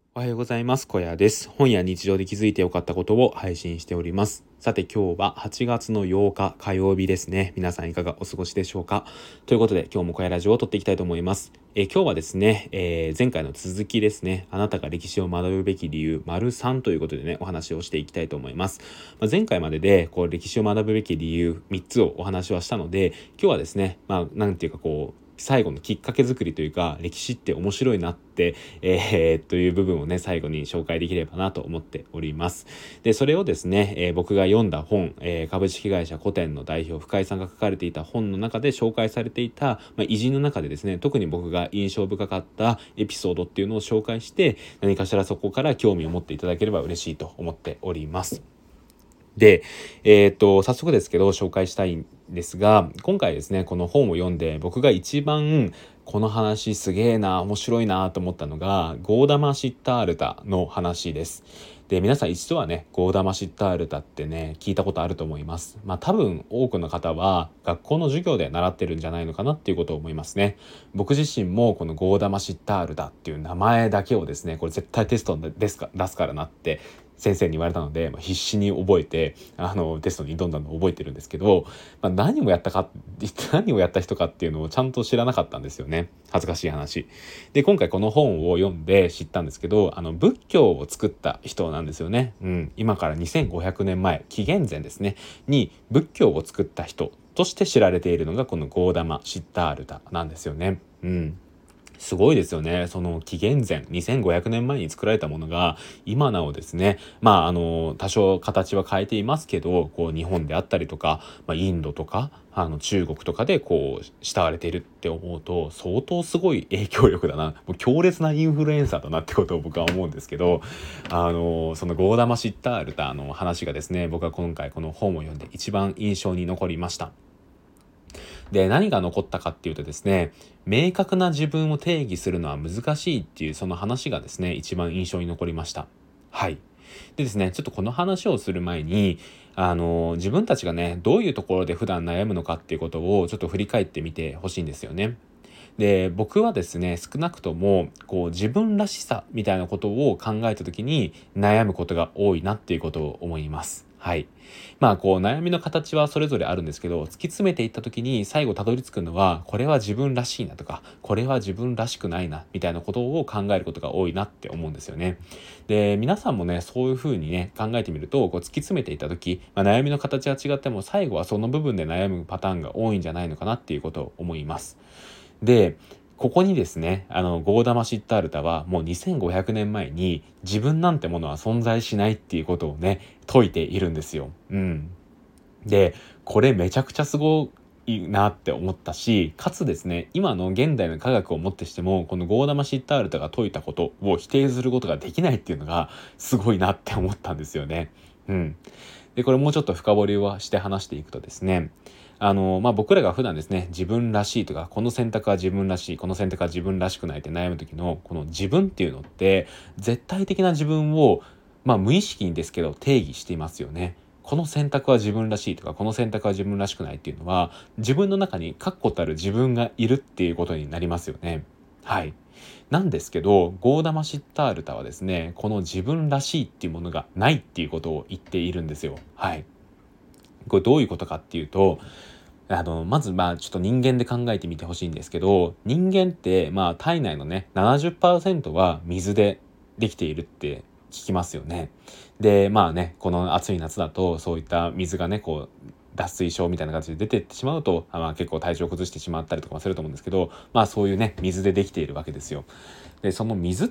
おはようございます。小屋です。本や日常で気づいてよかったことを配信しております。さて今日は8月の8日火曜日ですね。皆さんいかがお過ごしでしょうか。ということで今日も小屋ラジオを撮っていきたいと思います。今日はですね、前回の続きですね。あなたが歴史を学ぶべき理由3ということでね、お話をしていきたいと思います。前回までで歴史を学ぶべき理由3つをお話はしたので、今日はですね、なんていうか最後のきっかけ作りというか、歴史って面白いなって、という部分をね、最後に紹介できればなと思っております。で、それをですね、僕が読んだ本、株式会社古典の代表、深井さんが書かれていた本の中で紹介されていた、偉人の中でですね、特に僕が印象深かったエピソードっていうのを紹介して、何かしらそこから興味を持っていただければ嬉しいと思っております。で、早速ですけど紹介したいんですが、今回ですね、この本を読んで僕が一番この話すげえな、面白いなと思ったのが、ゴーダマ・シッタールタの話です。で、皆さん一度はね、ゴーダマ・シッタールタってね、聞いたことあると思います。多分多くの方は学校の授業で習ってるんじゃないのかなっていうことを思いますね。僕自身もこのゴーダマ・シッタールタっていう名前だけをですね、これ絶対テストで出すからなって先生に言われたので、必死に覚えてテストに挑んだのを覚えてるんですけど、何をやった人かっていうのをちゃんと知らなかったんですよね。恥ずかしい話で、今回この本を読んで知ったんですけど、仏教を作った人なんですよね。今から2500年前、紀元前ですねに仏教を作った人として知られているのがこのゴーダマ・シッタールタなんですよね。すごいですよね。その紀元前2500年前に作られたものが今なおですね、多少形は変えていますけど、日本であったりとか、インドとか中国とかで慕われているって思うと、相当すごい影響力だな、もう強烈なインフルエンサーだなってことを僕は思うんですけど、そのゴーダマ・シッタールタの話がですね、僕は今回この本を読んで一番印象に残りました。で、何が残ったかっていうとですね、明確な自分を定義するのは難しいっていうその話がですね、一番印象に残りました。はい。でですね、ちょっとこの話をする前に、自分たちがね、どういうところで普段悩むのかっていうことをちょっと振り返ってみてほしいんですよね。で、僕はですね、少なくとも自分らしさみたいなことを考えた時に悩むことが多いなっていうことを思います。はい。悩みの形はそれぞれあるんですけど、突き詰めていった時に最後たどり着くのは、これは自分らしいなとか、これは自分らしくないなみたいなことを考えることが多いなって思うんですよね。で、皆さんもね、そういうふうにね、考えてみると、突き詰めていった時、悩みの形は違っても最後はその部分で悩むパターンが多いんじゃないのかなっていうことを思います。で、ここにですね、ゴーダマ・シッタールタはもう2500年前に自分なんてものは存在しないっていうことをね、説いているんですよ。で、これめちゃくちゃすごいなって思ったし、かつですね、今の現代の科学をもってしても、このゴーダマ・シッタールタが説いたことを否定することができないっていうのがすごいなって思ったんですよね。で、これもうちょっと深掘りをして話していくとですね、僕らが普段ですね、自分らしいとか、この選択は自分らしい、この選択は自分らしくないって悩む時の、この自分っていうのって、絶対的な自分を、無意識にですけど定義していますよね。この選択は自分らしいとか、この選択は自分らしくないっていうのは、自分の中に確固たる自分がいるっていうことになりますよね。はい。なんですけど、ゴーダマ・シッタールタはですね、この自分らしいっていうものがないっていうことを言っているんですよ。はい。これどういうことかっていうと、まずちょっと人間で考えてみてほしいんですけど、人間って体内のね、70%は水でできているって聞きますよね。で、この暑い夏だとそういった水がね、脱水症みたいな感じで出てってしまうと、結構体調を崩してしまったりとかもすると思うんですけど、そういうね、水でできているわけですよ。で、その水って、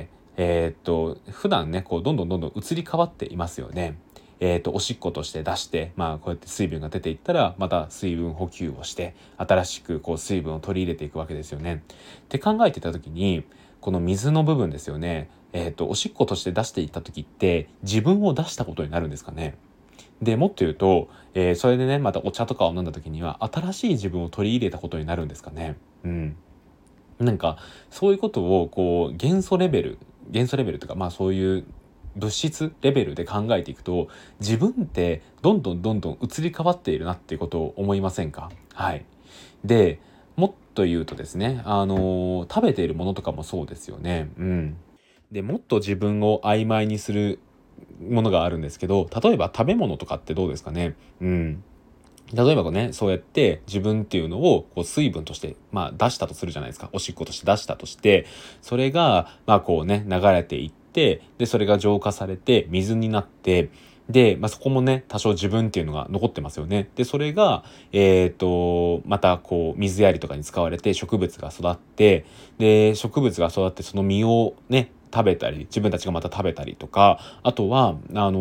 普段ね、どんどん移り変わっていますよね。おしっことして出して、こうやって水分が出ていったら、また水分補給をして、新しく水分を取り入れていくわけですよね。って考えてた時に、この水の部分ですよね。おしっことして出していった時って、自分を出したことになるんですかね。で、もっと言うと、それでね、またお茶とかを飲んだ時には、新しい自分を取り入れたことになるんですかね。なんか、そういうことを、元素レベルとか、そういう物質レベルで考えていくと、自分ってどんどん移り変わっているなっていうことを思いませんか？はい。で、もっと言うとですね、食べているものとかもそうですよね。 でもっと自分を曖昧にするものがあるんですけど、例えば食べ物とかってどうですかね。例えばそうやって自分っていうのを水分として、出したとするじゃないですか。おしっことして出したとして、それが、流れていって、で、それが浄化されて水になって、で、そこもね、多少自分っていうのが残ってますよね。で、それが、また水やりとかに使われて植物が育って、で、植物が育ってその実をね、食べたり、自分たちがまた食べたりとか、あとは、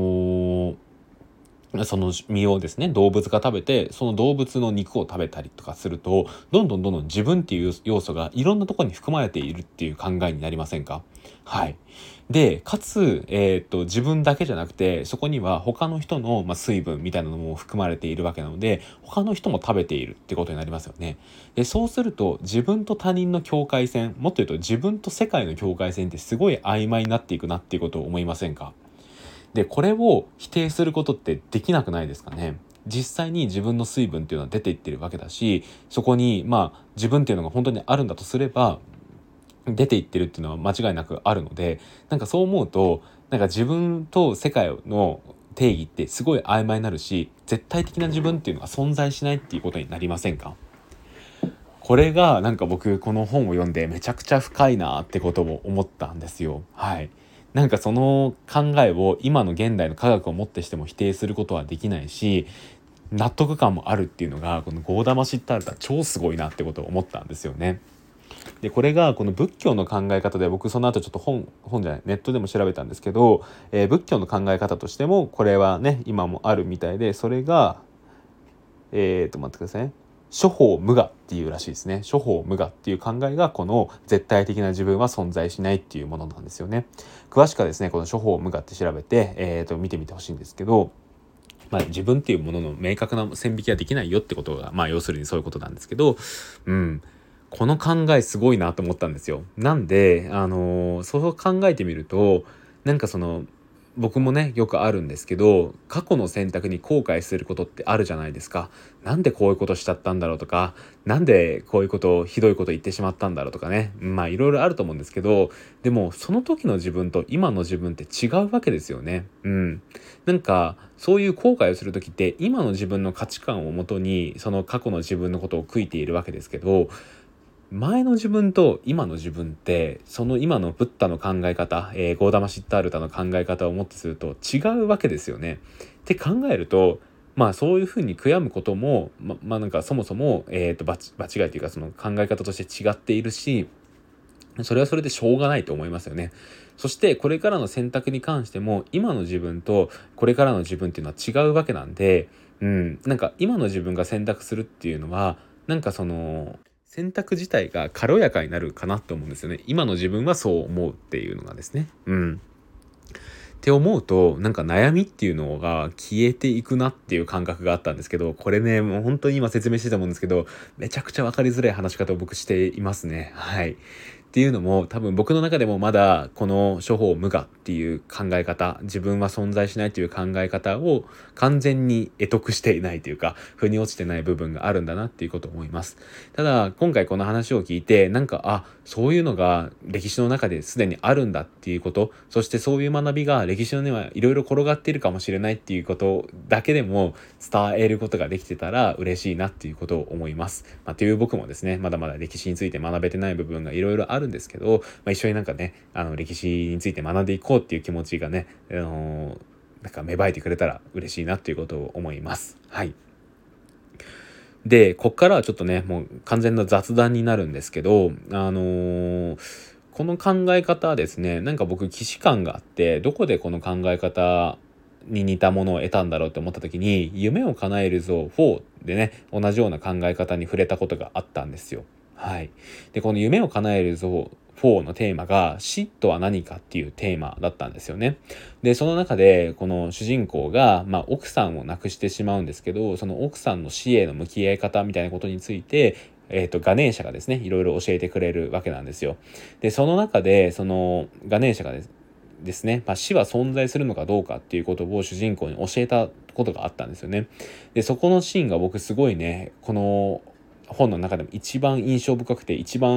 その実をですね、動物が食べて、その動物の肉を食べたりとかすると、どんどん自分っていう要素がいろんなところに含まれているっていう考えになりませんか？はい。で、かつ、自分だけじゃなくて、そこには他の人の、水分みたいなのも含まれているわけなので、他の人も食べているってことになりますよね。で、そうすると、自分と他人の境界線、もっと言うと自分と世界の境界線ってすごい曖昧になっていくなっていうことを思いませんか？で、これを否定することってできなくないですかね。実際に自分の水分っていうのは出ていってるわけだし、そこに自分っていうのが本当にあるんだとすれば、出ていってるっていうのは間違いなくあるので、そう思うと、自分と世界の定義ってすごい曖昧になるし、絶対的な自分っていうのが存在しないっていうことになりませんか？これが僕この本を読んでめちゃくちゃ深いなってことを思ったんですよ。はい。その考えを今の現代の科学をもってしても否定することはできないし、納得感もあるっていうのがこのゴーダマシッタルタ超すごいなってことを思ったんですよね。でこれがこの仏教の考え方で、僕その後ちょっと本じゃないネットでも調べたんですけど、仏教の考え方としてもこれはね今もあるみたいで、それが待ってくださいね。諸法無我っていうらしいですね。諸法無我っていう考えがこの絶対的な自分は存在しないっていうものなんですよね。詳しくはですね、この諸法無我って調べて、見てみてほしいんですけど、自分っていうものの明確な線引きはできないよってことが、要するにそういうことなんですけど、この考えすごいなと思ったんですよ。なんで、そう考えてみると、僕もねよくあるんですけど、過去の選択に後悔することってあるじゃないですか。なんでこういうことしちゃったんだろうとか、なんでこういうことをひどいこと言ってしまったんだろうとかね、いろいろあると思うんですけど、でもその時の自分と今の自分って違うわけですよね。そういう後悔をする時って今の自分の価値観をもとにその過去の自分のことを悔いているわけですけど、前の自分と今の自分ってその今のブッダの考え方、ゴーダマシッタールタの考え方をもってすると違うわけですよね。って考えると、そういうふうに悔やむこともそもそも、場違いというか、その考え方として違っているし、それはそれでしょうがないと思いますよね。そしてこれからの選択に関しても今の自分とこれからの自分っていうのは違うわけなんで、今の自分が選択するっていうのはその選択自体が軽やかになるかなと思うんですよね。今の自分はそう思うっていうのがですね。って思うと悩みっていうのが消えていくなっていう感覚があったんですけど、これねもう本当に今説明してたもんですけど、めちゃくちゃ分かりづらい話し方を僕していますね。はい。っていうのも多分僕の中でもまだこの諸法無我っていう考え方、自分は存在しないという考え方を完全に得得していないというか腑に落ちてない部分があるんだなっていうことを思います。ただ今回この話を聞いてそういうのが歴史の中ですでにあるんだっていうこと、そしてそういう学びが歴史の根はいろいろ転がっているかもしれないっていうことだけでも伝えることができてたら嬉しいなっていうことを思います。という僕もですねまだまだ歴史について学べてない部分がいろいろあるんですけど、一緒に歴史について学んでいこうっていう気持ちがね、芽生えてくれたら嬉しいなっていうことを思います。はい。で、こっからはちょっとね、もう完全な雑談になるんですけど、この考え方はですね、僕既視感があって、どこでこの考え方に似たものを得たんだろうと思った時に、夢を叶える像4でね、同じような考え方に触れたことがあったんですよ。はい。で、この夢を叶える像4のテーマが死とは何かっていうテーマだったんですよね。で、その中でこの主人公が、奥さんを亡くしてしまうんですけど、その奥さんの死への向き合い方みたいなことについて、ガネーシャがですね、いろいろ教えてくれるわけなんですよ。で、その中で、そのガネーシャがですね、死は存在するのかどうかっていうことを主人公に教えたことがあったんですよね。で、そこのシーンが僕すごいね、この本の中でも一番印象深くて一番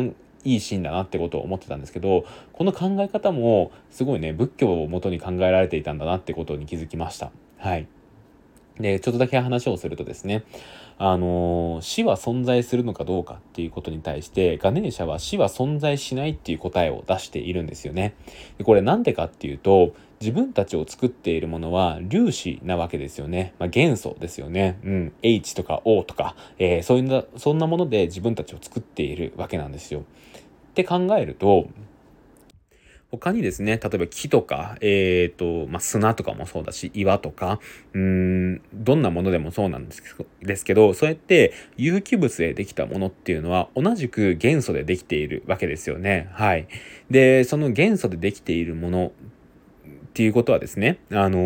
いいシーンだなってことを思ってたんですけど、この考え方もすごいね、仏教を元に考えられていたんだなってことに気づきました。はい。で、ちょっとだけ話をするとですね、死は存在するのかどうかっていうことに対して、ガネーシャは死は存在しないっていう答えを出しているんですよね。でこれなんでかっていうと、自分たちを作っているものは粒子なわけですよね。元素ですよね。H とか O とか、そんなもので自分たちを作っているわけなんですよ。って考えると、他にですね、例えば木とか、砂とかもそうだし、岩とか、どんなものでもそうなんですけど、そうやって有機物でできたものっていうのは同じく元素でできているわけですよね。はい。で、その元素でできているものっていうことはですね、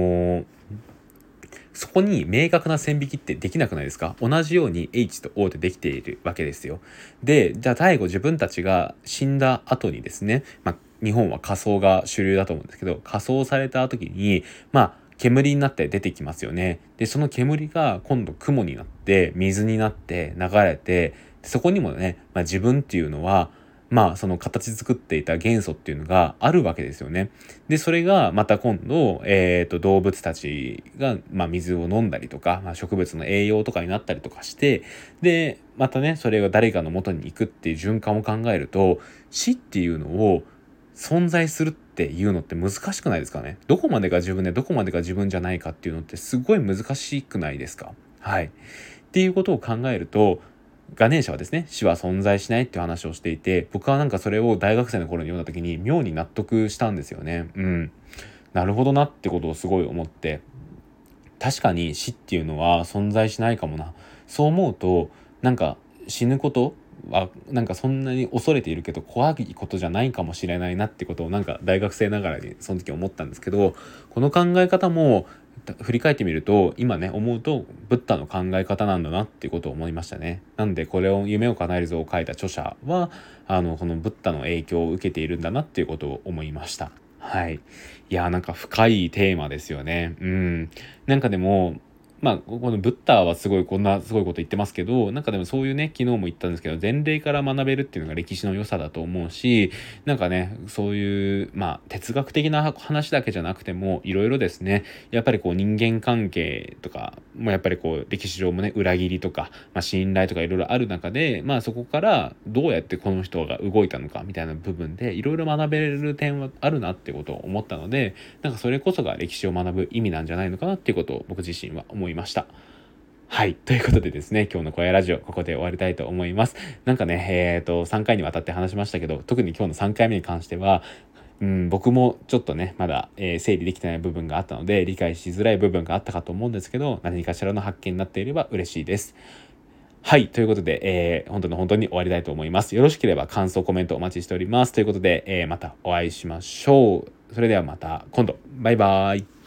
そこに明確な線引きってできなくないですか？同じように H と O でできているわけですよ。で、じゃあ最後自分たちが死んだ後にですね、日本は火葬が主流だと思うんですけど、火葬された時に、煙になって出てきますよね。で、その煙が今度雲になって、水になって流れて、そこにもね、自分っていうのは、その形作っていた元素っていうのがあるわけですよね。で、それがまた今度、動物たちが、水を飲んだりとか、植物の栄養とかになったりとかして、で、またね、それが誰かの元に行くっていう循環を考えると、死っていうのを存在するっていうのって難しくないですかね。どこまでが自分でどこまでが自分じゃないかっていうのってすごい難しくないですか。はい。っていうことを考えると、ガネーシャはですね、死は存在しないっていう話をしていて、僕はなんかそれを大学生の頃に読んだ時に妙に納得したんですよね。なるほどなってことをすごい思って、確かに死っていうのは存在しないかもな。そう思うと、なんか死ぬことはなんかそんなに恐れているけど怖いことじゃないかもしれないなってことをなんか大学生ながらにその時思ったんですけど、この考え方も振り返ってみると今ね思うとブッダの考え方なんだなっていうことを思いましたね。なんでこれを夢を叶えるぞを書いた著者はこのブッダの影響を受けているんだなっていうことを思いました。はい。いやなんか深いテーマですよね。なんかでもこのブッダはすごいこんなすごいこと言ってますけど、なんかでもそういうね、昨日も言ったんですけど、前例から学べるっていうのが歴史の良さだと思うし、なんかね、そういう、哲学的な話だけじゃなくても、いろいろですね、やっぱりこう人間関係とか、もやっぱりこう歴史上もね、裏切りとか、信頼とかいろいろある中で、そこからどうやってこの人が動いたのかみたいな部分で、いろいろ学べる点はあるなってことを思ったので、なんかそれこそが歴史を学ぶ意味なんじゃないのかなっていうことを僕自身は思いました。はい。ということでですね、今日の小屋ラジオ、ここで終わりたいと思います。なんかね、3回にわたって話しましたけど、特に今日の3回目に関しては、僕もちょっとね、まだ、整理できてない部分があったので、理解しづらい部分があったかと思うんですけど、何かしらの発見になっていれば嬉しいです。はい。ということで、本当に終わりたいと思います。よろしければ感想、コメントお待ちしております。ということで、またお会いしましょう。それではまた今度。バイバーイ。